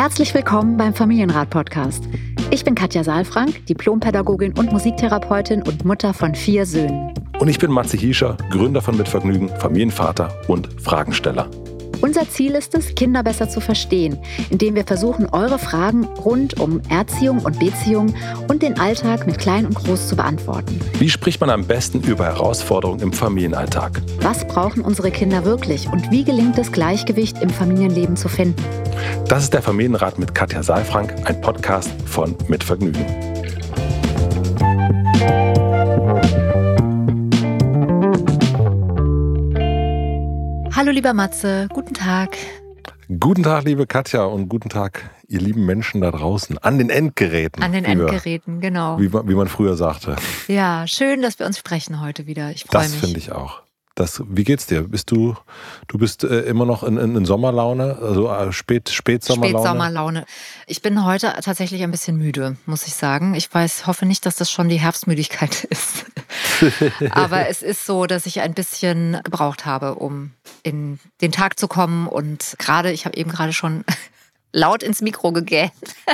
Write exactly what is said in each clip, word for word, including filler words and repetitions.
Herzlich willkommen beim Familienrat-Podcast. Ich bin Katja Saalfrank, Diplompädagogin und Musiktherapeutin und Mutter von vier Söhnen. Und ich bin Matze Hiescher, Gründer von Mitvergnügen, Familienvater und Fragensteller. Unser Ziel ist es, Kinder besser zu verstehen, indem wir versuchen, eure Fragen rund um Erziehung und Beziehung und den Alltag mit Klein und Groß zu beantworten. Wie spricht man am besten über Herausforderungen im Familienalltag? Was brauchen unsere Kinder wirklich und wie gelingt es, Gleichgewicht im Familienleben zu finden? Das ist der Familienrat mit Katja Saalfrank, ein Podcast von Mitvergnügen. Hallo lieber Matze, guten Tag. Guten Tag, liebe Katja, und guten Tag, ihr lieben Menschen da draußen, an den Endgeräten. An den Endgeräten, genau. Wie man, wie man früher sagte. Ja, schön, dass wir uns sprechen heute wieder. Ich freue mich. Das finde ich auch. Das, wie geht's dir? Bist du, du bist äh, immer noch in, in, in Sommerlaune, also äh, Spät, Spätsommerlaune? Spätsommerlaune. Ich bin heute tatsächlich ein bisschen müde, muss ich sagen. Ich weiß, hoffe nicht, dass das schon die Herbstmüdigkeit ist. Aber es ist so, dass ich ein bisschen gebraucht habe, um in den Tag zu kommen. Und gerade, ich habe eben gerade schon laut ins Mikro gegähnt.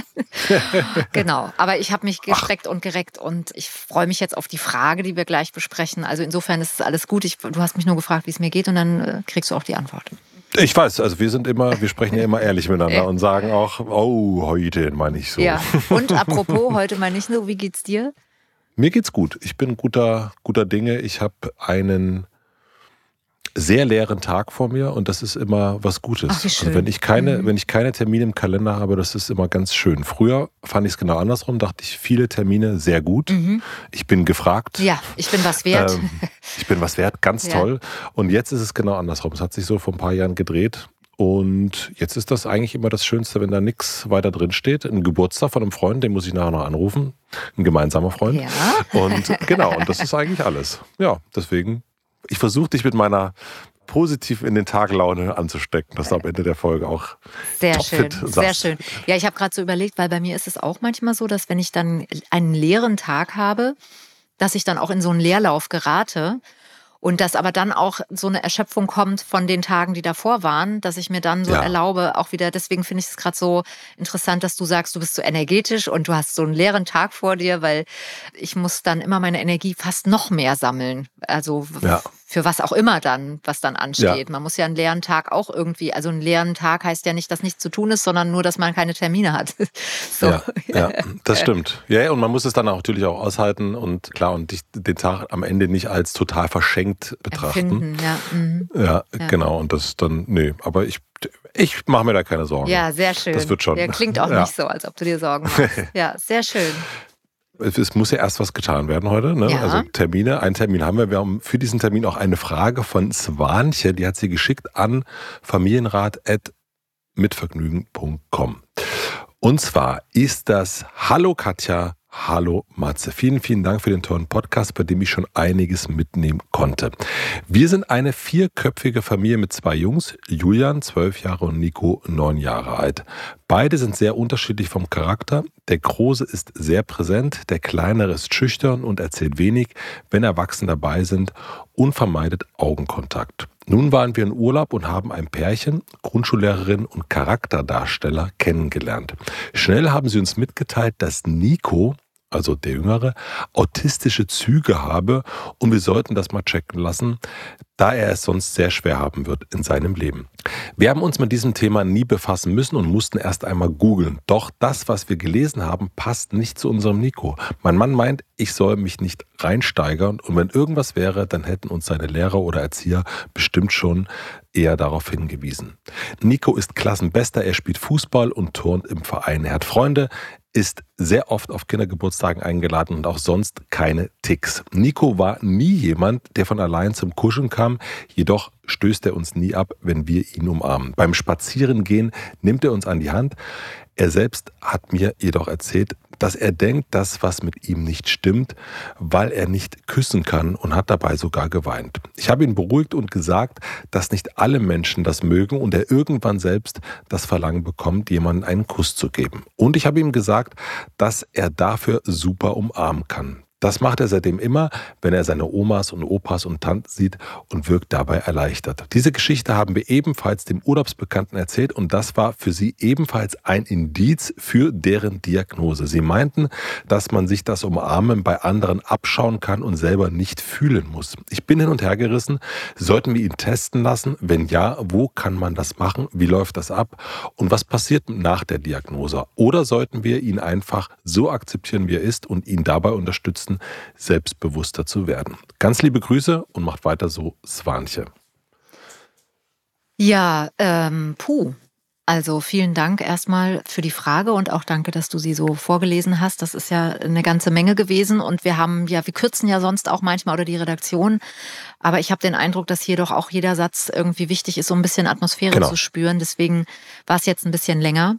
Genau, aber ich habe mich gestreckt Ach. und gereckt und ich freue mich jetzt auf die Frage, die wir gleich besprechen. Also insofern ist es alles gut. Ich, du hast mich nur gefragt, wie es mir geht und dann äh, kriegst du auch die Antwort. Ich weiß, also wir sind immer, wir sprechen ja immer ehrlich miteinander ja. und sagen auch, oh, heute meine ich so. Ja, und apropos, heute meine ich nur, wie geht's dir? Mir geht's gut. Ich bin guter, guter Dinge. Ich habe einen sehr leeren Tag vor mir und das ist immer was Gutes. Ach, wie schön. Also wenn ich keine, mhm. wenn ich keine Termine im Kalender habe, das ist immer ganz schön. Früher fand ich es genau andersrum, dachte ich, viele Termine sehr gut. Mhm. Ich bin gefragt. Ja, ich bin was wert. Ähm, ich bin was wert, ganz ja. toll. Und jetzt ist es genau andersrum. Es hat sich so vor ein paar Jahren gedreht. Und jetzt ist das eigentlich immer das Schönste, wenn da nichts weiter drin steht. Ein Geburtstag von einem Freund, den muss ich nachher noch anrufen. Ein gemeinsamer Freund. Ja. Und genau, und das ist eigentlich alles. Ja, deswegen, ich versuche dich mit meiner positiv in den Tag Laune anzustecken, dass du am Ende der Folge auch sehr topfit schön, sagst. Sehr schön. Ja, ich habe gerade so überlegt, weil bei mir ist es auch manchmal so, dass wenn ich dann einen leeren Tag habe, dass ich dann auch in so einen Leerlauf gerate. Und dass aber dann auch so eine Erschöpfung kommt von den Tagen, die davor waren, dass ich mir dann so ja. erlaube, auch wieder, deswegen finde ich es gerade so interessant, dass du sagst, du bist so energetisch und du hast so einen leeren Tag vor dir, weil ich muss dann immer meine Energie fast noch mehr sammeln. Also ja. für was auch immer dann, was dann ansteht. Ja. Man muss ja einen leeren Tag auch irgendwie, also einen leeren Tag heißt ja nicht, dass nichts zu tun ist, sondern nur, dass man keine Termine hat. So. Ja, ja, das stimmt. Ja, und man muss es dann auch natürlich auch aushalten und klar, und den Tag am Ende nicht als total verschenkt betrachten. Ja. Mhm. Ja, ja, genau. Und das dann, nee, aber ich, ich mache mir da keine Sorgen. Ja, sehr schön. Das wird schon. Der klingt auch ja. nicht so, als ob du dir Sorgen machst. Ja, sehr schön. Es muss ja erst was getan werden heute. Ne? Ja. Also Termine, einen Termin haben wir. Wir haben für diesen Termin auch eine Frage von Swanche, die hat sie geschickt an familienrat at mitvergnügen punkt com. Und zwar ist das: Hallo Katja, hallo Matze. Vielen, vielen Dank für den tollen Podcast, bei dem ich schon einiges mitnehmen konnte. Wir sind eine vierköpfige Familie mit zwei Jungs, Julian, zwölf Jahre, und Nico, neun Jahre alt. Beide sind sehr unterschiedlich vom Charakter. Der Große ist sehr präsent, der Kleinere ist schüchtern und erzählt wenig, wenn Erwachsene dabei sind, und vermeidet Augenkontakt. Nun waren wir in Urlaub und haben ein Pärchen, Grundschullehrerin und Charakterdarsteller, kennengelernt. Schnell haben sie uns mitgeteilt, dass Nico, also der Jüngere, autistische Züge habe und wir sollten das mal checken lassen, da er es sonst sehr schwer haben wird in seinem Leben. Wir haben uns mit diesem Thema nie befassen müssen und mussten erst einmal googeln. Doch das, was wir gelesen haben, passt nicht zu unserem Nico. Mein Mann meint, ich soll mich nicht reinsteigern und wenn irgendwas wäre, dann hätten uns seine Lehrer oder Erzieher bestimmt schon eher darauf hingewiesen. Nico ist Klassenbester, er spielt Fußball und turnt im Verein. Er hat Freunde, ist sehr oft auf Kindergeburtstagen eingeladen und auch sonst keine Ticks. Nico war nie jemand, der von allein zum Kuscheln kam, jedoch stößt er uns nie ab, wenn wir ihn umarmen. Beim Spazierengehen nimmt er uns an die Hand. Er selbst hat mir jedoch erzählt, dass er denkt, dass was mit ihm nicht stimmt, weil er nicht küssen kann, und hat dabei sogar geweint. Ich habe ihn beruhigt und gesagt, dass nicht alle Menschen das mögen und er irgendwann selbst das Verlangen bekommt, jemandem einen Kuss zu geben. Und ich habe ihm gesagt, dass er dafür super umarmen kann. Das macht er seitdem immer, wenn er seine Omas und Opas und Tanten sieht und wirkt dabei erleichtert. Diese Geschichte haben wir ebenfalls dem Urlaubsbekannten erzählt und das war für sie ebenfalls ein Indiz für deren Diagnose. Sie meinten, dass man sich das Umarmen bei anderen abschauen kann und selber nicht fühlen muss. Ich bin hin und her gerissen. Sollten wir ihn testen lassen? Wenn ja, wo kann man das machen? Wie läuft das ab? Und was passiert nach der Diagnose? Oder sollten wir ihn einfach so akzeptieren, wie er ist und ihn dabei unterstützen, selbstbewusster zu werden? Ganz liebe Grüße und macht weiter so, Swanche. Ja, ähm, puh. Also vielen Dank erstmal für die Frage und auch danke, dass du sie so vorgelesen hast. Das ist ja eine ganze Menge gewesen und wir haben ja, wir kürzen ja sonst auch manchmal oder die Redaktion, aber ich habe den Eindruck, dass hier doch auch jeder Satz irgendwie wichtig ist, um ein bisschen Atmosphäre Genau. zu spüren. Deswegen war es jetzt ein bisschen länger.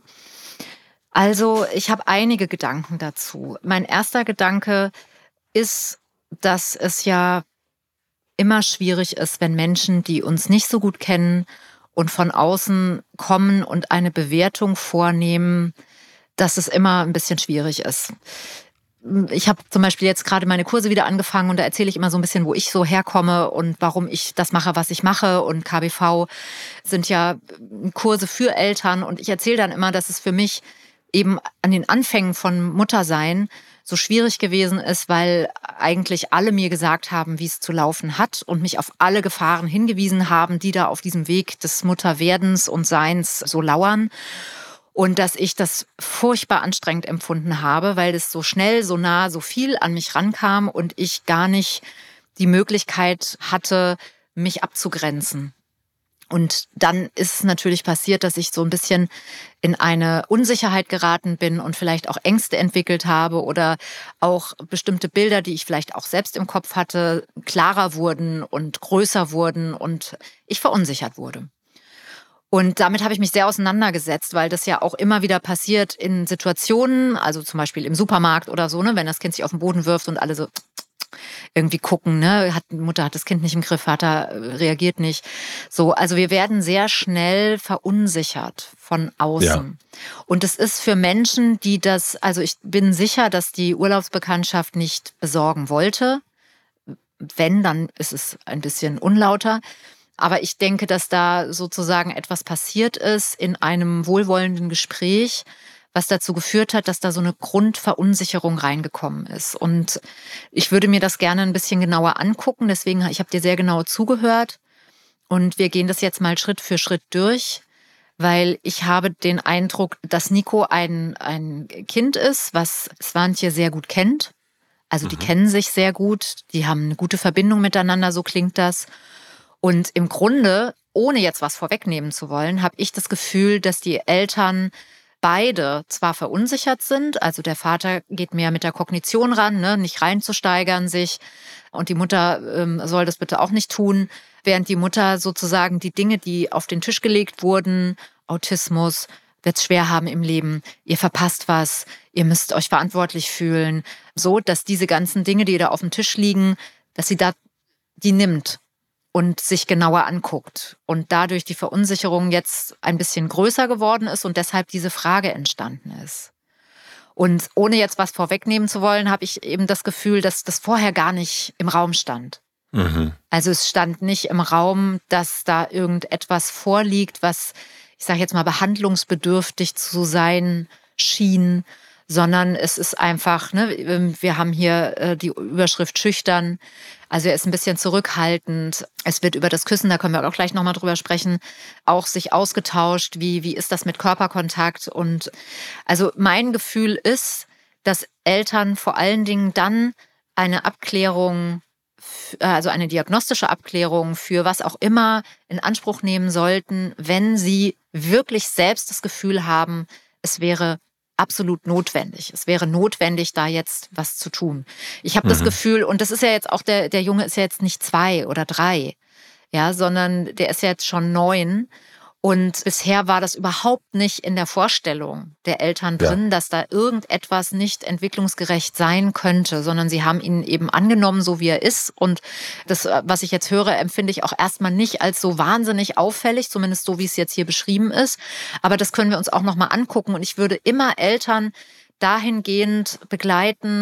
Also ich habe einige Gedanken dazu. Mein erster Gedanke ist, dass es ja immer schwierig ist, wenn Menschen, die uns nicht so gut kennen und von außen kommen und eine Bewertung vornehmen, dass es immer ein bisschen schwierig ist. Ich habe zum Beispiel jetzt gerade meine Kurse wieder angefangen und da erzähle ich immer so ein bisschen, wo ich so herkomme und warum ich das mache, was ich mache. Und K B V sind ja Kurse für Eltern und ich erzähle dann immer, dass es für mich eben an den Anfängen von Muttersein so schwierig gewesen ist, weil eigentlich alle mir gesagt haben, wie es zu laufen hat und mich auf alle Gefahren hingewiesen haben, die da auf diesem Weg des Mutterwerdens und Seins so lauern. Und dass ich das furchtbar anstrengend empfunden habe, weil es so schnell, so nah, so viel an mich rankam und ich gar nicht die Möglichkeit hatte, mich abzugrenzen. Und dann ist es natürlich passiert, dass ich so ein bisschen in eine Unsicherheit geraten bin und vielleicht auch Ängste entwickelt habe oder auch bestimmte Bilder, die ich vielleicht auch selbst im Kopf hatte, klarer wurden und größer wurden und ich verunsichert wurde. Und damit habe ich mich sehr auseinandergesetzt, weil das ja auch immer wieder passiert in Situationen, also zum Beispiel im Supermarkt oder so, ne, wenn das Kind sich auf den Boden wirft und alle so irgendwie gucken, ne, hat, die Mutter hat das Kind nicht im Griff, Vater reagiert nicht. So, also wir werden sehr schnell verunsichert von außen. Ja. Und es ist für Menschen, die das, also ich bin sicher, dass die Urlaubsbekanntschaft nicht besorgen wollte. Wenn, dann ist es ein bisschen unlauter. Aber ich denke, dass da sozusagen etwas passiert ist in einem wohlwollenden Gespräch, was dazu geführt hat, dass da so eine Grundverunsicherung reingekommen ist. Und ich würde mir das gerne ein bisschen genauer angucken. Deswegen, ich habe dir sehr genau zugehört. Und wir gehen das jetzt mal Schritt für Schritt durch, weil ich habe den Eindruck, dass Nico ein, ein Kind ist, was Swanche sehr gut kennt. Also die mhm. kennen sich sehr gut, die haben eine gute Verbindung miteinander, so klingt das. Und im Grunde, ohne jetzt was vorwegnehmen zu wollen, habe ich das Gefühl, dass die Eltern beide zwar verunsichert sind, also der Vater geht mehr mit der Kognition ran, ne, nicht reinzusteigern sich und die Mutter ähm, soll das bitte auch nicht tun, während die Mutter sozusagen die Dinge, die auf den Tisch gelegt wurden, Autismus, wird's schwer haben im Leben, ihr verpasst was, ihr müsst euch verantwortlich fühlen, so, dass diese ganzen Dinge, die da auf dem Tisch liegen, dass sie da die nimmt und sich genauer anguckt und dadurch die Verunsicherung jetzt ein bisschen größer geworden ist und deshalb diese Frage entstanden ist. Und ohne jetzt was vorwegnehmen zu wollen, habe ich eben das Gefühl, dass das vorher gar nicht im Raum stand. Mhm. Also es stand nicht im Raum, dass da irgendetwas vorliegt, was, ich sage jetzt mal, behandlungsbedürftig zu sein schien, sondern es ist einfach, ne, wir haben hier äh, die Überschrift schüchtern, also er ist ein bisschen zurückhaltend. Es wird über das Küssen, da können wir auch gleich nochmal drüber sprechen, auch sich ausgetauscht, wie, wie ist das mit Körperkontakt. Und also mein Gefühl ist, dass Eltern vor allen Dingen dann eine Abklärung, also eine diagnostische Abklärung für was auch immer in Anspruch nehmen sollten, wenn sie wirklich selbst das Gefühl haben, es wäre absolut notwendig. Es wäre notwendig, da jetzt was zu tun. Ich habe mhm. das Gefühl, und das ist ja jetzt auch, der, der Junge ist ja jetzt nicht zwei oder drei, ja, sondern der ist ja jetzt schon neun. Und bisher war das überhaupt nicht in der Vorstellung der Eltern drin, ja. dass da irgendetwas nicht entwicklungsgerecht sein könnte, sondern sie haben ihn eben angenommen, so wie er ist. Und das, was ich jetzt höre, empfinde ich auch erstmal nicht als so wahnsinnig auffällig, zumindest so, wie es jetzt hier beschrieben ist. Aber das können wir uns auch nochmal angucken. Und ich würde immer Eltern dahingehend begleiten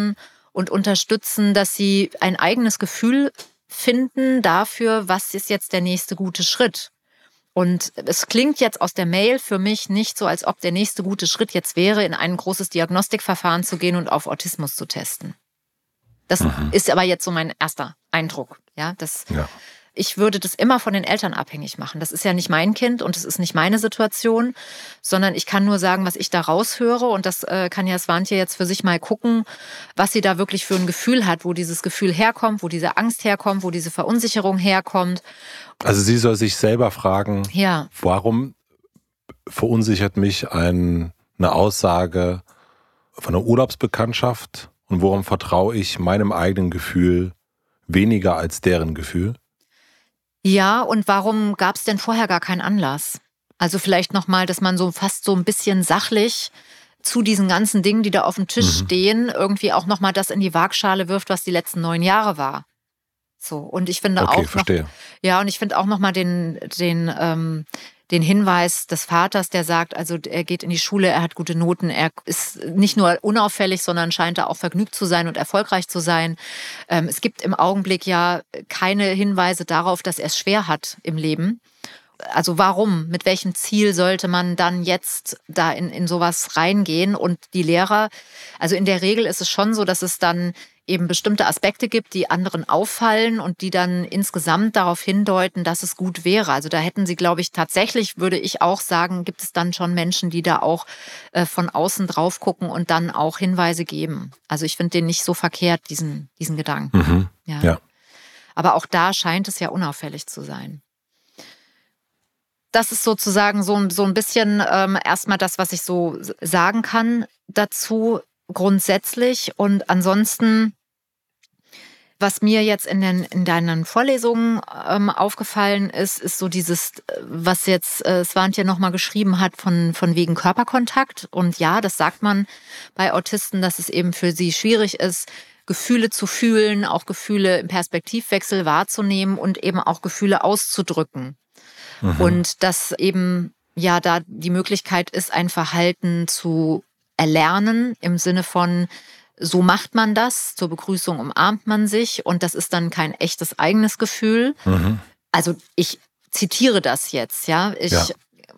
und unterstützen, dass sie ein eigenes Gefühl finden dafür, was ist jetzt der nächste gute Schritt. Und es klingt jetzt aus der Mail für mich nicht so, als ob der nächste gute Schritt jetzt wäre, in ein großes Diagnostikverfahren zu gehen und auf Autismus zu testen. Das mhm. ist aber jetzt so mein erster Eindruck. Ja, das, ja. Ich würde das immer von den Eltern abhängig machen. Das ist ja nicht mein Kind und es ist nicht meine Situation, sondern ich kann nur sagen, was ich da raushöre. Und das äh, kann ja Swantje jetzt für sich mal gucken, was sie da wirklich für ein Gefühl hat, wo dieses Gefühl herkommt, wo diese Angst herkommt, wo diese Verunsicherung herkommt. Also sie soll sich selber fragen, ja. warum verunsichert mich ein, eine Aussage von einer Urlaubsbekanntschaft und worum vertraue ich meinem eigenen Gefühl weniger als deren Gefühl? Ja, und warum gab es denn vorher gar keinen Anlass? Also vielleicht nochmal, dass man so fast so ein bisschen sachlich zu diesen ganzen Dingen, die da auf dem Tisch mhm. stehen, irgendwie auch nochmal das in die Waagschale wirft, was die letzten neun Jahre war. So, und ich finde okay, auch verstehe. noch, ja, und ich finde auch nochmal den, den, ähm, den Hinweis des Vaters, der sagt, also er geht in die Schule, er hat gute Noten, er ist nicht nur unauffällig, sondern scheint da auch vergnügt zu sein und erfolgreich zu sein. Ähm, es gibt im Augenblick ja keine Hinweise darauf, dass er es schwer hat im Leben. Also warum, mit welchem Ziel sollte man dann jetzt da in, in sowas reingehen? Und die Lehrer, also in der Regel ist es schon so, dass es dann eben bestimmte Aspekte gibt, die anderen auffallen und die dann insgesamt darauf hindeuten, dass es gut wäre. Also da hätten sie, glaube ich, tatsächlich, würde ich auch sagen, gibt es dann schon Menschen, die da auch äh, von außen drauf gucken und dann auch Hinweise geben. Also ich finde den nicht so verkehrt, diesen, diesen Gedanken. Mhm. Ja. Ja. Aber auch da scheint es ja unauffällig zu sein. Das ist sozusagen so, so ein bisschen ähm, erstmal das, was ich so sagen kann dazu grundsätzlich. Und ansonsten, was mir jetzt in, den, in deinen Vorlesungen ähm, aufgefallen ist, ist so dieses, was jetzt äh, Swantje nochmal geschrieben hat, von, von wegen Körperkontakt. Und ja, das sagt man bei Autisten, dass es eben für sie schwierig ist, Gefühle zu fühlen, auch Gefühle im Perspektivwechsel wahrzunehmen und eben auch Gefühle auszudrücken. Mhm. Und dass eben ja da die Möglichkeit ist, ein Verhalten zu erlernen im Sinne von, so macht man das, zur Begrüßung umarmt man sich und das ist dann kein echtes eigenes Gefühl. Mhm. Also ich zitiere das jetzt, ja. Ich ja.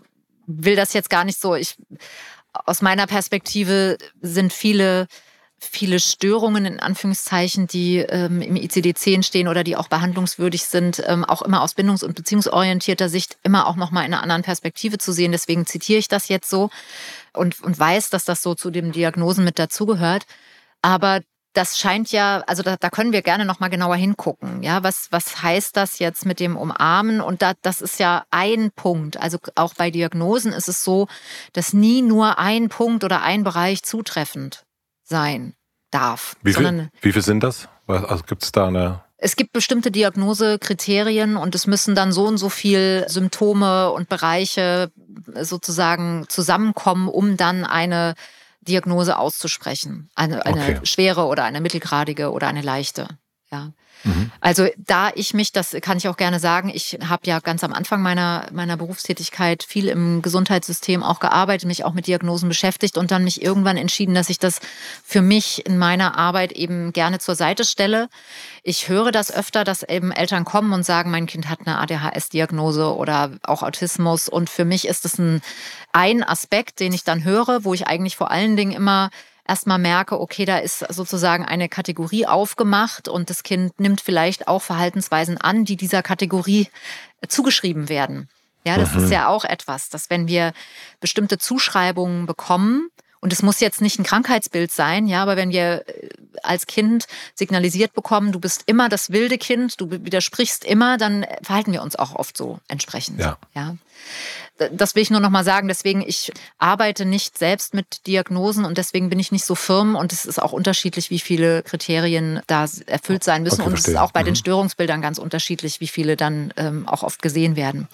will das jetzt gar nicht so, ich, aus meiner Perspektive sind viele viele Störungen in Anführungszeichen, die ähm, im I C D zehn stehen oder die auch behandlungswürdig sind, ähm, auch immer aus bindungs- und beziehungsorientierter Sicht immer auch nochmal in einer anderen Perspektive zu sehen. Deswegen zitiere ich das jetzt so und, und weiß, dass das so zu den Diagnosen mit dazugehört. Aber das scheint ja, also da, da können wir gerne nochmal genauer hingucken. Ja, was, was heißt das jetzt mit dem Umarmen? Und da, das ist ja ein Punkt. Also auch bei Diagnosen ist es so, dass nie nur ein Punkt oder ein Bereich zutreffend sein darf. Wie viel, wie viel sind das? Also gibt es da eine... Es gibt bestimmte Diagnosekriterien und es müssen dann so und so viel Symptome und Bereiche sozusagen zusammenkommen, um dann eine Diagnose auszusprechen. Eine, eine okay. schwere oder eine mittelgradige oder eine leichte. Ja. Mhm. Also da ich mich, das kann ich auch gerne sagen, ich habe ja ganz am Anfang meiner, meiner Berufstätigkeit viel im Gesundheitssystem auch gearbeitet, mich auch mit Diagnosen beschäftigt und dann mich irgendwann entschieden, dass ich das für mich in meiner Arbeit eben gerne zur Seite stelle. Ich höre das öfter, dass eben Eltern kommen und sagen, mein Kind hat eine A D H S-Diagnose oder auch Autismus und für mich ist es ein, ein Aspekt, den ich dann höre, wo ich eigentlich vor allen Dingen immer erstmal merke, okay, da ist sozusagen eine Kategorie aufgemacht und das Kind nimmt vielleicht auch Verhaltensweisen an, die dieser Kategorie zugeschrieben werden. Ja, das mhm. ist ja auch etwas, dass wenn wir bestimmte Zuschreibungen bekommen, und es muss jetzt nicht ein Krankheitsbild sein, ja, aber wenn wir als Kind signalisiert bekommen, du bist immer das wilde Kind, du widersprichst immer, dann verhalten wir uns auch oft so entsprechend. Ja. Ja. Das will ich nur noch mal sagen. Deswegen, ich arbeite nicht selbst mit Diagnosen und deswegen bin ich nicht so firm und es ist auch unterschiedlich, wie viele Kriterien da erfüllt sein müssen. Okay, und es ist auch bei mhm. den Störungsbildern ganz unterschiedlich, wie viele dann ähm, auch oft gesehen werden.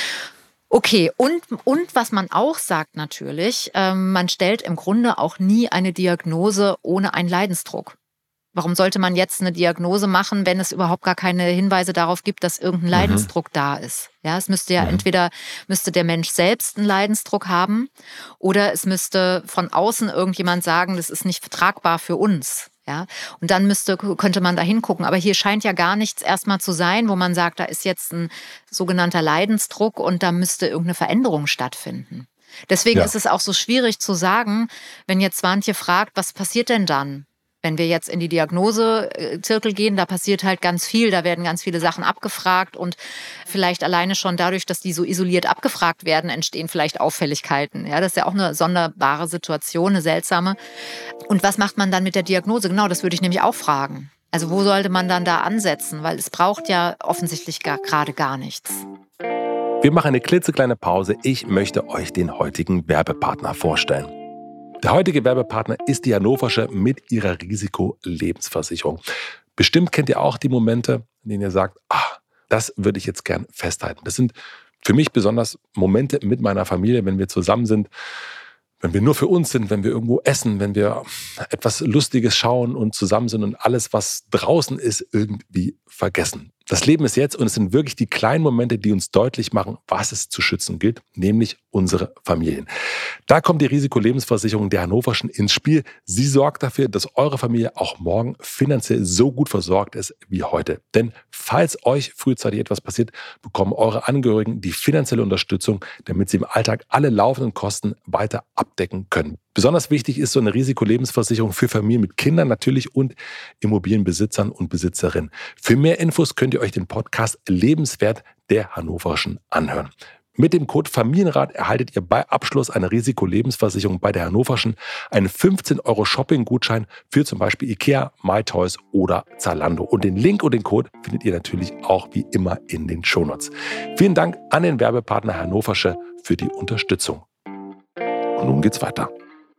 Okay, und, und was man auch sagt natürlich, ähm, man stellt im Grunde auch nie eine Diagnose ohne einen Leidensdruck. Warum sollte man jetzt eine Diagnose machen, wenn es überhaupt gar keine Hinweise darauf gibt, dass irgendein Leidensdruck mhm. da ist? Ja, es müsste ja mhm. entweder müsste der Mensch selbst einen Leidensdruck haben oder es müsste von außen irgendjemand sagen, das ist nicht vertragbar für uns. Ja, und dann müsste, könnte man da hingucken. Aber hier scheint ja gar nichts erstmal zu sein, wo man sagt, da ist jetzt ein sogenannter Leidensdruck und da müsste irgendeine Veränderung stattfinden. Deswegen ja. ist es auch so schwierig zu sagen, wenn jetzt Swantje fragt, was passiert denn dann? Wenn wir jetzt in die Diagnosezirkel gehen, da passiert halt ganz viel, da werden ganz viele Sachen abgefragt und vielleicht alleine schon dadurch, dass die so isoliert abgefragt werden, entstehen vielleicht Auffälligkeiten. Ja, das ist ja auch eine sonderbare Situation, eine seltsame. Und was macht man dann mit der Diagnose? Genau, das würde ich nämlich auch fragen. Also wo sollte man dann da ansetzen? Weil es braucht ja offensichtlich gar, gerade gar nichts. Wir machen eine klitzekleine Pause. Ich möchte euch den heutigen Werbepartner vorstellen. Der heutige Werbepartner ist die Hannoversche mit ihrer Risikolebensversicherung. Bestimmt kennt ihr auch die Momente, in denen ihr sagt, ah, das würde ich jetzt gern festhalten. Das sind für mich besonders Momente mit meiner Familie, wenn wir zusammen sind, wenn wir nur für uns sind, wenn wir irgendwo essen, wenn wir etwas Lustiges schauen und zusammen sind und alles, was draußen ist, irgendwie vergessen. Das Leben ist jetzt und es sind wirklich die kleinen Momente, die uns deutlich machen, was es zu schützen gilt, nämlich unsere Familien. Da kommt die Risikolebensversicherung der Hannoverschen ins Spiel. Sie sorgt dafür, dass eure Familie auch morgen finanziell so gut versorgt ist wie heute. Denn falls euch frühzeitig etwas passiert, bekommen eure Angehörigen die finanzielle Unterstützung, damit sie im Alltag alle laufenden Kosten weiter abdecken können. Besonders wichtig ist so eine Risikolebensversicherung für Familien mit Kindern natürlich und Immobilienbesitzern und Besitzerinnen. Für mehr Infos könnt ihr euch den Podcast Lebenswert der Hannoverschen anhören. Mit dem Code Familienrat erhaltet ihr bei Abschluss einer Risikolebensversicherung bei der Hannoverschen einen fünfzehn Euro Shopping-Gutschein für zum Beispiel Ikea, MyToys oder Zalando. Und den Link und den Code findet ihr natürlich auch wie immer in den Shownotes. Vielen Dank an den Werbepartner Hannoversche für die Unterstützung. Und nun geht's weiter.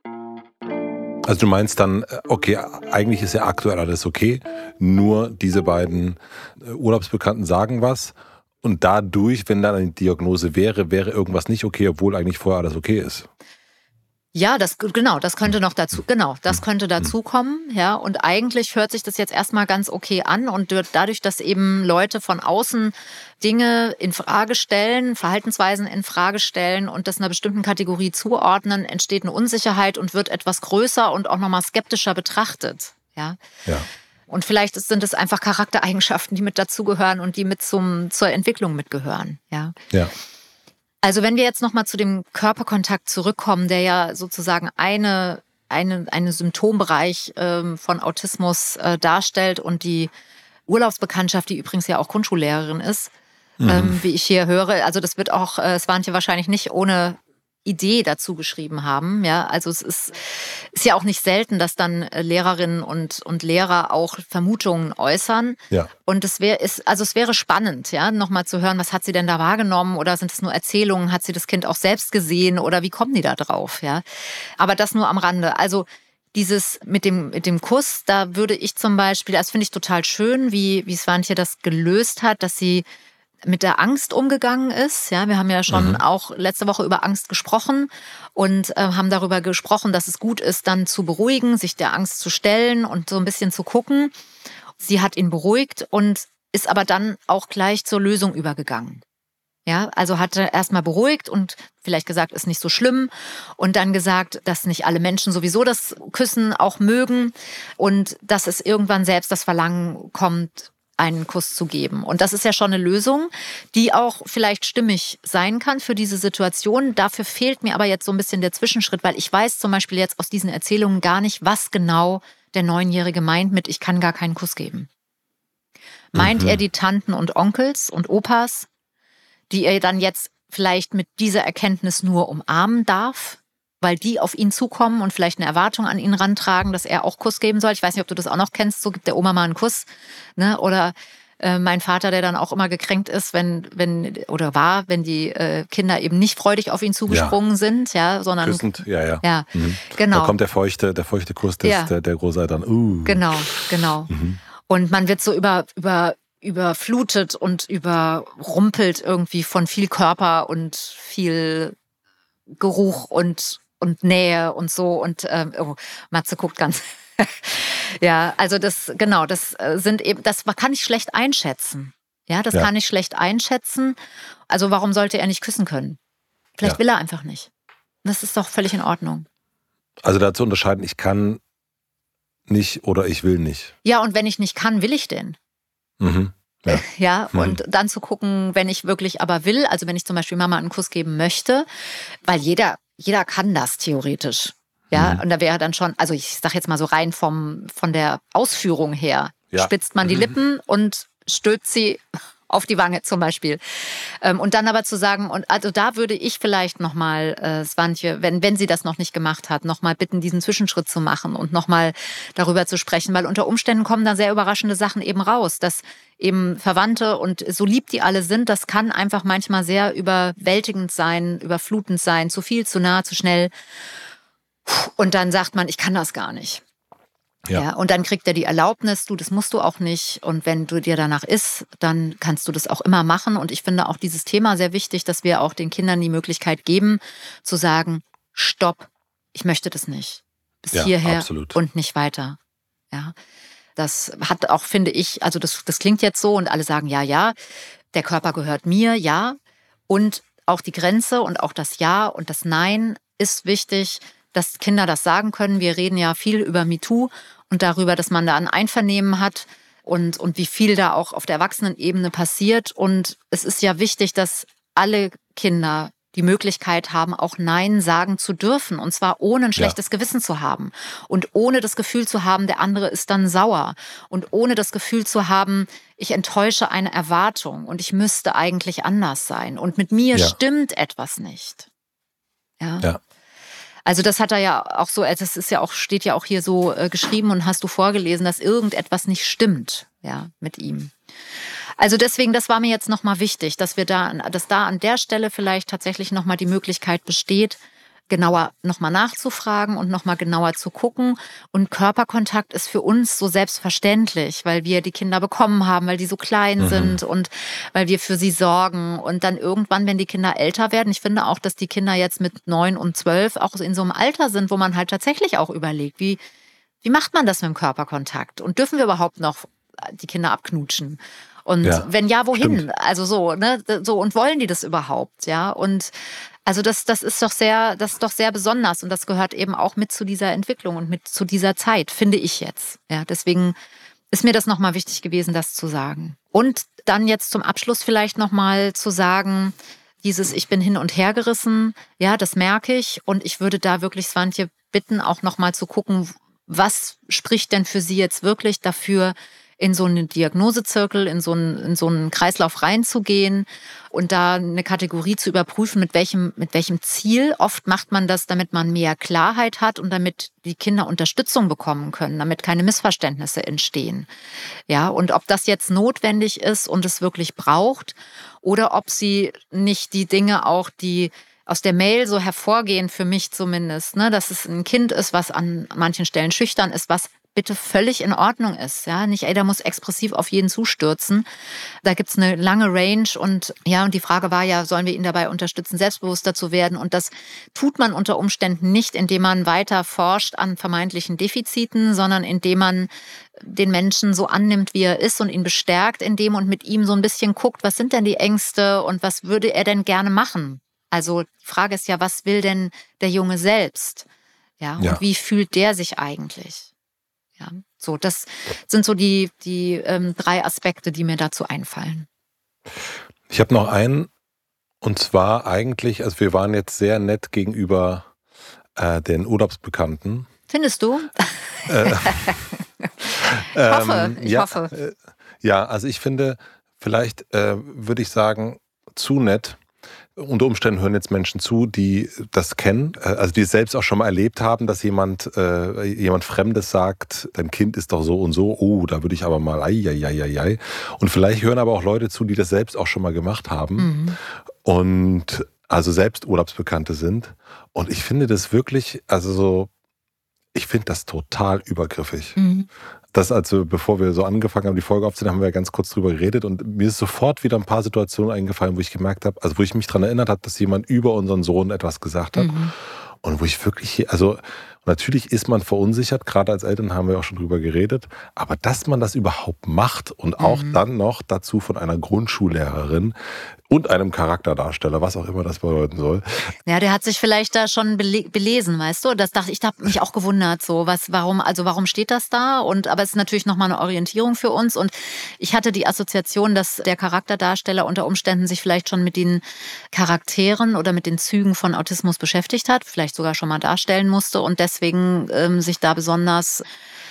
Also du meinst dann, okay, eigentlich ist ja aktuell alles okay, nur diese beiden Urlaubsbekannten sagen was und dadurch, wenn dann eine Diagnose wäre, wäre irgendwas nicht okay, obwohl eigentlich vorher alles okay ist. Ja, das genau, das könnte noch dazu, genau, das könnte dazu kommen, ja. Und eigentlich hört sich das jetzt erstmal ganz okay an und dadurch, dass eben Leute von außen Dinge in Frage stellen, Verhaltensweisen in Frage stellen und das einer bestimmten Kategorie zuordnen, entsteht eine Unsicherheit und wird etwas größer und auch nochmal skeptischer betrachtet, ja. Ja. Und vielleicht sind es einfach Charaktereigenschaften, die mit dazugehören und die mit zum zur Entwicklung mitgehören, ja. Ja. Also wenn wir jetzt nochmal zu dem Körperkontakt zurückkommen, der ja sozusagen eine, eine, einen Symptombereich ähm, von Autismus äh, darstellt und die Urlaubsbekanntschaft, die übrigens ja auch Grundschullehrerin ist, mhm. ähm, wie ich hier höre, also das wird auch äh, Swantje wahrscheinlich nicht ohne Idee dazu geschrieben haben. Ja, also es ist, ist ja auch nicht selten, dass dann Lehrerinnen und, und Lehrer auch Vermutungen äußern. Ja. Und es wäre, ist, also es wäre spannend, ja, nochmal zu hören, was hat sie denn da wahrgenommen oder sind es nur Erzählungen? Hat sie das Kind auch selbst gesehen oder wie kommen die da drauf? Ja, aber das nur am Rande. Also dieses mit dem, mit dem Kuss, da würde ich zum Beispiel, das finde ich total schön, wie, wie Swantje das gelöst hat, dass sie mit der Angst umgegangen ist. Ja, wir haben ja schon mhm. auch letzte Woche über Angst gesprochen und äh, haben darüber gesprochen, dass es gut ist, dann zu beruhigen, sich der Angst zu stellen und so ein bisschen zu gucken. Sie hat ihn beruhigt und ist aber dann auch gleich zur Lösung übergegangen. Ja, also hatte erstmal beruhigt und vielleicht gesagt, ist nicht so schlimm und dann gesagt, dass nicht alle Menschen sowieso das Küssen auch mögen und dass es irgendwann selbst das Verlangen kommt, einen Kuss zu geben. Und das ist ja schon eine Lösung, die auch vielleicht stimmig sein kann für diese Situation. Dafür fehlt mir aber jetzt so ein bisschen der Zwischenschritt, weil ich weiß zum Beispiel jetzt aus diesen Erzählungen gar nicht, was genau der Neunjährige meint mit, ich kann gar keinen Kuss geben. Meint mhm. er die Tanten und Onkels und Opas, die er dann jetzt vielleicht mit dieser Erkenntnis nur umarmen darf, weil die auf ihn zukommen und vielleicht eine Erwartung an ihn rantragen, dass er auch Kuss geben soll. Ich weiß nicht, ob du das auch noch kennst, so gibt der Oma mal einen Kuss. Ne? Oder äh, mein Vater, der dann auch immer gekränkt ist, wenn, wenn oder war, wenn die äh, Kinder eben nicht freudig auf ihn zugesprungen ja. sind, ja, sondern küssend, ja, ja. ja mhm. genau. Da kommt der feuchte, der feuchte Kuss des, ja. der, der Großeltern. Uh. Genau, genau. Mhm. Und man wird so über, über überflutet und überrumpelt irgendwie von viel Körper und viel Geruch und und Nähe und so und ähm, oh, Matze guckt ganz ja, also das genau, das sind eben, das kann ich schlecht einschätzen. Ja, das ja. kann ich schlecht einschätzen. Also warum sollte er nicht küssen können? Vielleicht ja. will er einfach nicht. Das ist doch völlig in Ordnung. Also da zu unterscheiden, ich kann nicht oder ich will nicht. Ja, und wenn ich nicht kann, will ich denn? Mhm. Ja, ja mhm. Und dann zu gucken, wenn ich wirklich aber will, also wenn ich zum Beispiel Mama einen Kuss geben möchte, weil jeder, jeder kann das theoretisch. Ja, mhm. Und da wäre dann schon, also ich sag jetzt mal so rein vom, von der Ausführung her, ja. spitzt man die Lippen und stülpt sie auf die Wange zum Beispiel. Und dann aber zu sagen, und also da würde ich vielleicht nochmal, äh, Swantje, wenn, wenn sie das noch nicht gemacht hat, nochmal bitten, diesen Zwischenschritt zu machen und nochmal darüber zu sprechen, weil unter Umständen kommen da sehr überraschende Sachen eben raus, dass eben Verwandte und so lieb die alle sind, das kann einfach manchmal sehr überwältigend sein, überflutend sein, zu viel, zu nah, zu schnell. Und dann sagt man, ich kann das gar nicht. Ja. ja, und dann kriegt er die Erlaubnis, du, das musst du auch nicht. Und wenn du dir danach ist, dann kannst du das auch immer machen. Und ich finde auch dieses Thema sehr wichtig, dass wir auch den Kindern die Möglichkeit geben, zu sagen, stopp, ich möchte das nicht. Bis ja, hierher absolut. Und nicht weiter. Ja, das hat auch, finde ich, also das, das klingt jetzt so und alle sagen, ja, ja, der Körper gehört mir, ja. Und auch die Grenze und auch das Ja und das Nein ist wichtig, dass Kinder das sagen können. Wir reden ja viel über MeToo und darüber, dass man da ein Einvernehmen hat und, und wie viel da auch auf der Erwachsenenebene passiert. Und es ist ja wichtig, dass alle Kinder die Möglichkeit haben, auch Nein sagen zu dürfen. Und zwar ohne ein schlechtes ja. Gewissen zu haben. Und ohne das Gefühl zu haben, der andere ist dann sauer. Und ohne das Gefühl zu haben, ich enttäusche eine Erwartung und ich müsste eigentlich anders sein. Und mit mir ja. stimmt etwas nicht. Ja. ja. Also das hat er ja auch so, das ist ja auch, steht ja auch hier so äh, geschrieben und hast du vorgelesen, dass irgendetwas nicht stimmt, ja, mit ihm. Also deswegen, das war mir jetzt nochmal wichtig, dass wir da, dass da an der Stelle vielleicht tatsächlich nochmal die Möglichkeit besteht, genauer nochmal nachzufragen und nochmal genauer zu gucken. Und Körperkontakt ist für uns so selbstverständlich, weil wir die Kinder bekommen haben, weil die so klein mhm. sind und weil wir für sie sorgen. Und dann irgendwann, wenn die Kinder älter werden, ich finde auch, dass die Kinder jetzt mit neun und zwölf auch in so einem Alter sind, wo man halt tatsächlich auch überlegt, wie, wie macht man das mit dem Körperkontakt? Und dürfen wir überhaupt noch die Kinder abknutschen? Und ja, wenn ja, wohin? Stimmt. Also so, ne, so, und wollen die das überhaupt, ja? Und also das, das ist doch sehr, das ist doch sehr besonders und das gehört eben auch mit zu dieser Entwicklung und mit zu dieser Zeit, finde ich jetzt. Ja, deswegen ist mir das nochmal wichtig gewesen, das zu sagen. Und dann jetzt zum Abschluss vielleicht nochmal zu sagen, dieses Ich bin hin und her gerissen, ja, das merke ich und ich würde da wirklich Swantje bitten, auch nochmal zu gucken, was spricht denn für sie jetzt wirklich dafür, in so einen Diagnosezirkel, in so einen, in so einen Kreislauf reinzugehen und da eine Kategorie zu überprüfen, mit welchem, mit welchem Ziel. Oft macht man das, damit man mehr Klarheit hat und damit die Kinder Unterstützung bekommen können, damit keine Missverständnisse entstehen. Ja, und ob das jetzt notwendig ist und es wirklich braucht oder ob sie nicht die Dinge auch, die aus der Mail so hervorgehen, für mich zumindest, ne, dass es ein Kind ist, was an manchen Stellen schüchtern ist, was bitte völlig in Ordnung ist. Ja, nicht, ey, da muss expressiv auf jeden zustürzen. Da gibt's eine lange Range und ja, und die Frage war ja, sollen wir ihn dabei unterstützen, selbstbewusster zu werden? Und das tut man unter Umständen nicht, indem man weiter forscht an vermeintlichen Defiziten, sondern indem man den Menschen so annimmt, wie er ist und ihn bestärkt in dem und mit ihm so ein bisschen guckt, was sind denn die Ängste und was würde er denn gerne machen? Also die Frage ist ja, was will denn der Junge selbst? Ja, und ja. wie fühlt der sich eigentlich? Ja, so, das sind so die, die ähm, drei Aspekte, die mir dazu einfallen. Ich habe noch einen, und zwar eigentlich, also wir waren jetzt sehr nett gegenüber äh, den Urlaubsbekannten. Findest du? Äh, ich hoffe, ich ja, hoffe. Äh, ja, also ich finde, vielleicht äh, würde ich sagen, zu nett. Unter Umständen hören jetzt Menschen zu, die das kennen, also die es selbst auch schon mal erlebt haben, dass jemand äh, jemand Fremdes sagt, dein Kind ist doch so und so, oh, da würde ich aber mal, ai, ai, ai, ai, ai. Und vielleicht hören aber auch Leute zu, die das selbst auch schon mal gemacht haben mhm. und also selbst Urlaubsbekannte sind. Und ich finde das wirklich, also so, ich finde das total übergriffig. Mhm. Das, also bevor wir so angefangen haben, die Folge aufzunehmen, haben wir ja ganz kurz drüber geredet und mir ist sofort wieder ein paar Situationen eingefallen, wo ich gemerkt habe, also wo ich mich daran erinnert habe, dass jemand über unseren Sohn etwas gesagt hat mhm. und wo ich wirklich, also, und Natürlich ist man verunsichert, gerade als Eltern haben wir auch schon drüber geredet, aber dass man das überhaupt macht und auch Mhm. dann noch dazu von einer Grundschullehrerin und einem Charakterdarsteller, was auch immer das bedeuten soll. Ja, der hat sich vielleicht da schon bele belesen, weißt du? Das dachte ich, habe mich auch gewundert, so was, warum, also warum steht das da? Und aber es ist natürlich nochmal eine Orientierung für uns. Und ich hatte die Assoziation, dass der Charakterdarsteller unter Umständen sich vielleicht schon mit den Charakteren oder mit den Zügen von Autismus beschäftigt hat, vielleicht sogar schon mal darstellen musste und deswegen ähm, sich da besonders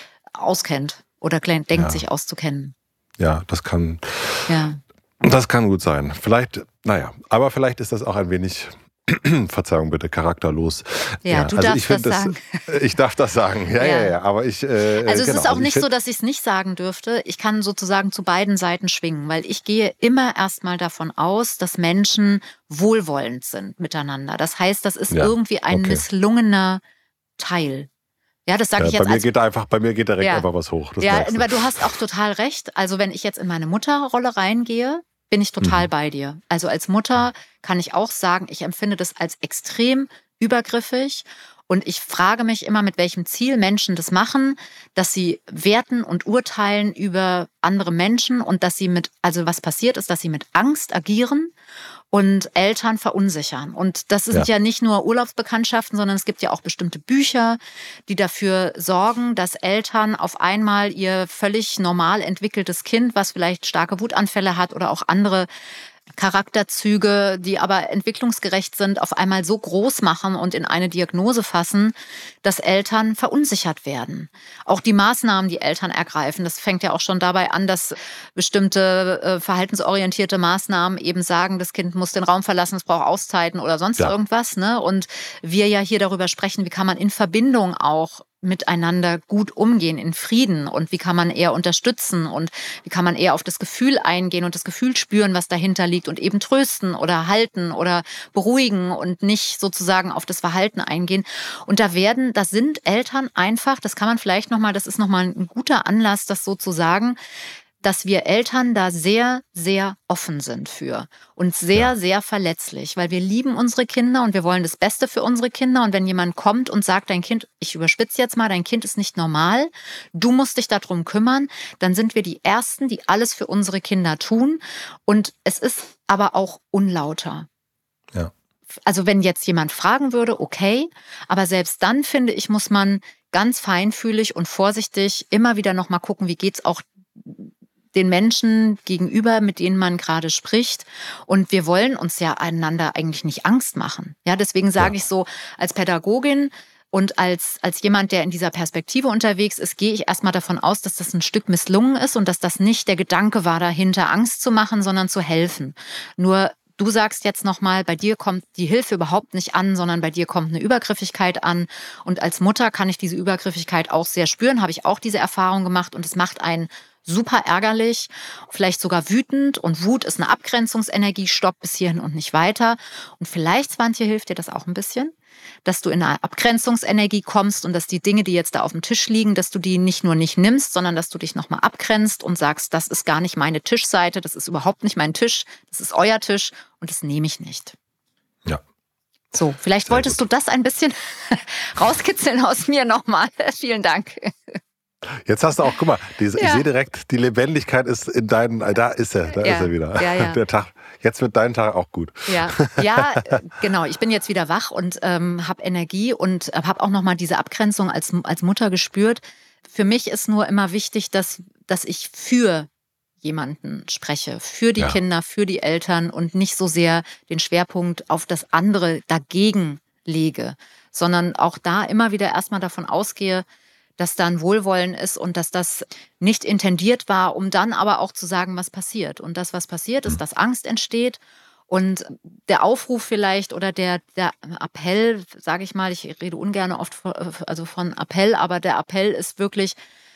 auskennt oder denkt, Ja. sich auszukennen. Ja, das kann. Ja. Das kann gut sein. Vielleicht, naja, aber vielleicht ist das auch ein wenig, Verzeihung bitte, charakterlos. Ja, du also darfst ich find das sagen. Ich darf das sagen, ja, ja, Ja. ja, aber ich... Äh, Also es genau. ist auch also nicht find, so, dass ich es nicht sagen dürfte. Ich kann sozusagen zu beiden Seiten schwingen, weil ich gehe immer erstmal davon aus, dass Menschen wohlwollend sind miteinander. Das heißt, das ist Ja, irgendwie ein okay. misslungener Teil. Ja, das sage Ja, ich bei jetzt mir als geht einfach, bei mir geht direkt Ja. einfach was hoch. Das Ja, merkst du. aber du hast auch total recht. Also wenn ich jetzt in meine Mutterrolle reingehe, bin ich total Mhm. bei dir. Also als Mutter kann ich auch sagen, ich empfinde das als extrem übergriffig. Und ich frage mich immer, mit welchem Ziel Menschen das machen, dass sie werten und urteilen über andere Menschen und dass sie mit, also was passiert ist, dass sie mit Angst agieren und Eltern verunsichern. Und das sind Ja. ja nicht nur Urlaubsbekanntschaften, sondern es gibt ja auch bestimmte Bücher, die dafür sorgen, dass Eltern auf einmal ihr völlig normal entwickeltes Kind, was vielleicht starke Wutanfälle hat oder auch andere Charakterzüge, die aber entwicklungsgerecht sind, auf einmal so groß machen und in eine Diagnose fassen, dass Eltern verunsichert werden. Auch die Maßnahmen, die Eltern ergreifen, das fängt ja auch schon dabei an, dass bestimmte äh, verhaltensorientierte Maßnahmen eben sagen, das Kind muss den Raum verlassen, es braucht Auszeiten oder sonst Ja. irgendwas. Ne? Und wir ja hier darüber sprechen, wie kann man in Verbindung auch miteinander gut umgehen, in Frieden und wie kann man eher unterstützen und wie kann man eher auf das Gefühl eingehen und das Gefühl spüren, was dahinter liegt und eben trösten oder halten oder beruhigen und nicht sozusagen auf das Verhalten eingehen. Und da werden, da sind Eltern einfach, das kann man vielleicht nochmal, das ist nochmal ein guter Anlass, das so zu sagen, dass wir Eltern da sehr, sehr offen sind für und sehr, Ja. sehr verletzlich, weil wir lieben unsere Kinder und wir wollen das Beste für unsere Kinder. Und wenn jemand kommt und sagt, dein Kind, ich überspitze jetzt mal, dein Kind ist nicht normal, du musst dich darum kümmern, dann sind wir die Ersten, die alles für unsere Kinder tun. Und es ist aber auch unlauter. Ja. Also wenn jetzt jemand fragen würde, okay, aber selbst dann, finde ich, muss man ganz feinfühlig und vorsichtig immer wieder nochmal gucken, wie geht's auch den Menschen gegenüber, mit denen man gerade spricht. Und wir wollen uns ja einander eigentlich nicht Angst machen. Ja, deswegen sage Ja. ich so, als Pädagogin und als, als jemand, der in dieser Perspektive unterwegs ist, gehe ich erstmal davon aus, dass das ein Stück misslungen ist und dass das nicht der Gedanke war, dahinter Angst zu machen, sondern zu helfen. Nur du sagst jetzt nochmal, bei dir kommt die Hilfe überhaupt nicht an, sondern bei dir kommt eine Übergriffigkeit an. Und als Mutter kann ich diese Übergriffigkeit auch sehr spüren, habe ich auch diese Erfahrung gemacht und es macht einen super ärgerlich, vielleicht sogar wütend. Und Wut ist eine Abgrenzungsenergie, stopp bis hierhin und nicht weiter. Und vielleicht, Swantje, hilft dir das auch ein bisschen, dass du in eine Abgrenzungsenergie kommst und dass die Dinge, die jetzt da auf dem Tisch liegen, dass du die nicht nur nicht nimmst, sondern dass du dich nochmal abgrenzt und sagst, das ist gar nicht meine Tischseite, das ist überhaupt nicht mein Tisch, das ist euer Tisch und das nehme ich nicht. Ja. So, vielleicht Sehr wolltest gut. du das ein bisschen rauskitzeln aus mir nochmal. Vielen Dank. Jetzt hast du auch, guck mal, diese, ich Ja. sehe direkt, die Lebendigkeit ist in deinen, da ist er, da Ja, ist er wieder. ja, ja. Der Tag, jetzt wird dein Tag auch gut. Ja, ja, äh, genau. Ich bin jetzt wieder wach und ähm, habe Energie und habe auch nochmal diese Abgrenzung als, als Mutter gespürt. Für mich ist nur immer wichtig, dass, dass ich für jemanden spreche, für die Ja. Kinder, für die Eltern und nicht so sehr den Schwerpunkt auf das andere dagegen lege, sondern auch da immer wieder erstmal davon ausgehe, dass da ein Wohlwollen ist und dass das nicht intendiert war, um dann aber auch zu sagen, was passiert. Und das, was passiert, ist, dass Angst entsteht und der Aufruf vielleicht oder der, der Appell, sage ich mal, ich rede ungern oft von, also von Appell, aber der Appell ist wirklich,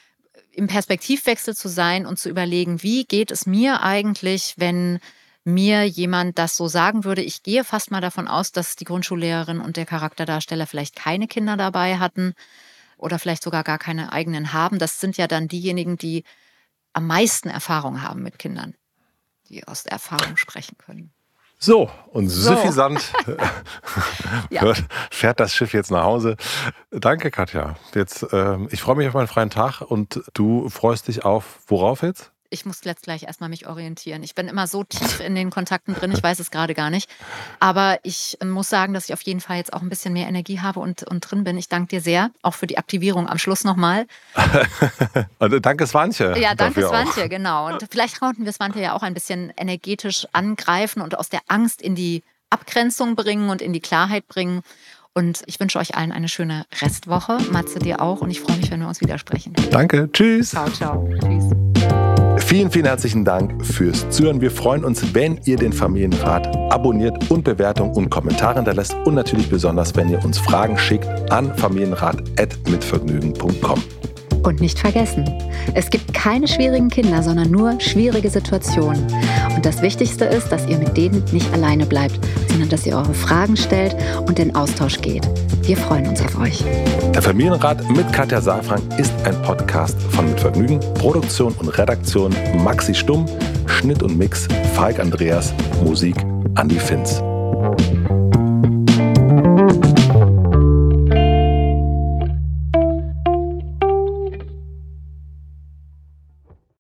im Perspektivwechsel zu sein und zu überlegen, wie geht es mir eigentlich, wenn mir jemand das so sagen würde. Ich gehe fast mal davon aus, dass die Grundschullehrerin und der Charakterdarsteller vielleicht keine Kinder dabei hatten oder vielleicht sogar gar keine eigenen haben. Das sind ja dann diejenigen, die am meisten Erfahrung haben mit Kindern, die aus der Erfahrung sprechen können. So, und So. suffisant Ja. fährt das Schiff jetzt nach Hause. Danke, Katja. Jetzt, ähm, ich freue mich auf meinen freien Tag und du freust dich auf worauf jetzt? Ich muss jetzt gleich erstmal mich orientieren. Ich bin immer so tief in den Kontakten drin, ich weiß es gerade gar nicht. Aber ich muss sagen, dass ich auf jeden Fall jetzt auch ein bisschen mehr Energie habe und, und drin bin. Ich danke dir sehr, auch für die Aktivierung am Schluss nochmal. Und danke, Swantje. Ja, danke, dafür auch. Swantje, genau. Und vielleicht konnten wir Swantje ja auch ein bisschen energetisch angreifen und aus der Angst in die Abgrenzung bringen und in die Klarheit bringen. Und ich wünsche euch allen eine schöne Restwoche. Matze, dir auch. Und ich freue mich, wenn wir uns widersprechen. Danke, tschüss. Ciao, ciao. Tschüss. Vielen, vielen herzlichen Dank fürs Zuhören. Wir freuen uns, wenn ihr den Familienrat abonniert und Bewertungen und Kommentare hinterlässt. Und natürlich besonders, wenn ihr uns Fragen schickt an familienrat at mitvergnügen punkt com. Und nicht vergessen, es gibt keine schwierigen Kinder, sondern nur schwierige Situationen. Und das Wichtigste ist, dass ihr mit denen nicht alleine bleibt, sondern dass ihr eure Fragen stellt und in Austausch geht. Wir freuen uns auf euch. Der Familienrat mit Katja Saalfrank ist ein Podcast von Mit Vergnügen. Produktion und Redaktion Maxi Stumm, Schnitt und Mix Falk Andreas, Musik Andi Finz.